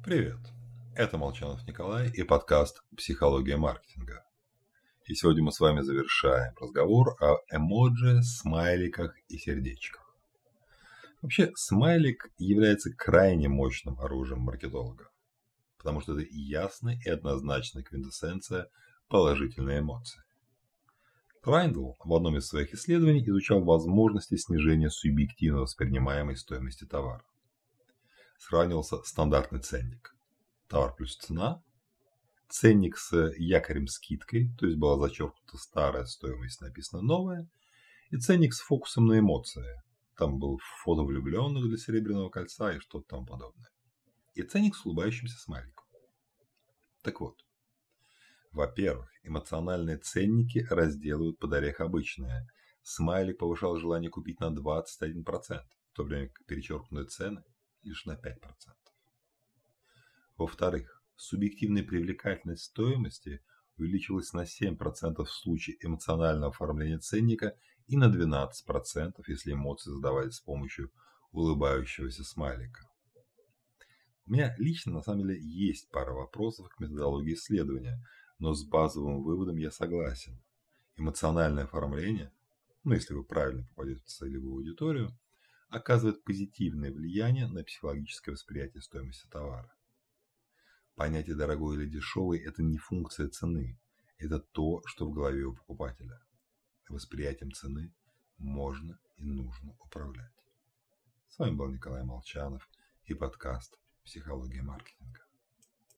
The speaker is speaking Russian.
Привет! Это Молчанов Николай и подкаст «Психология маркетинга». И сегодня мы с вами завершаем разговор о эмоджи, смайликах и сердечках. Вообще, смайлик является крайне мощным оружием маркетолога, потому что это ясная и однозначная квинтэссенция положительной эмоции. Крайндл в одном из своих исследований изучал возможности снижения субъективно воспринимаемой стоимости товара. Сравнивался стандартный ценник. Товар плюс цена, ценник с якорем скидкой, то есть была зачеркнута старая стоимость, написано новая, и ценник с фокусом на эмоции. Там был фото влюбленных для серебряного кольца и что-то там подобное. И ценник с улыбающимся смайликом. Так вот, во-первых, эмоциональные ценники разделывают под орех обычные. Смайлик повышал желание купить на 21%, в то время как перечеркнутые цены лишь на 5%. Во-вторых, субъективная привлекательность стоимости увеличилась на 7% в случае эмоционального оформления ценника и на 12%, если эмоции задавались с помощью улыбающегося смайлика. У меня лично на самом деле есть пара вопросов к методологии исследования, но с базовым выводом я согласен. Эмоциональное оформление, если вы правильно попадете в целевую аудиторию, оказывает позитивное влияние на психологическое восприятие стоимости товара. Понятие «дорогой» или «дешевый» – это не функция цены, это то, что в голове у покупателя. Восприятием цены можно и нужно управлять. С вами был Николай Молчанов и подкаст «Психология маркетинга».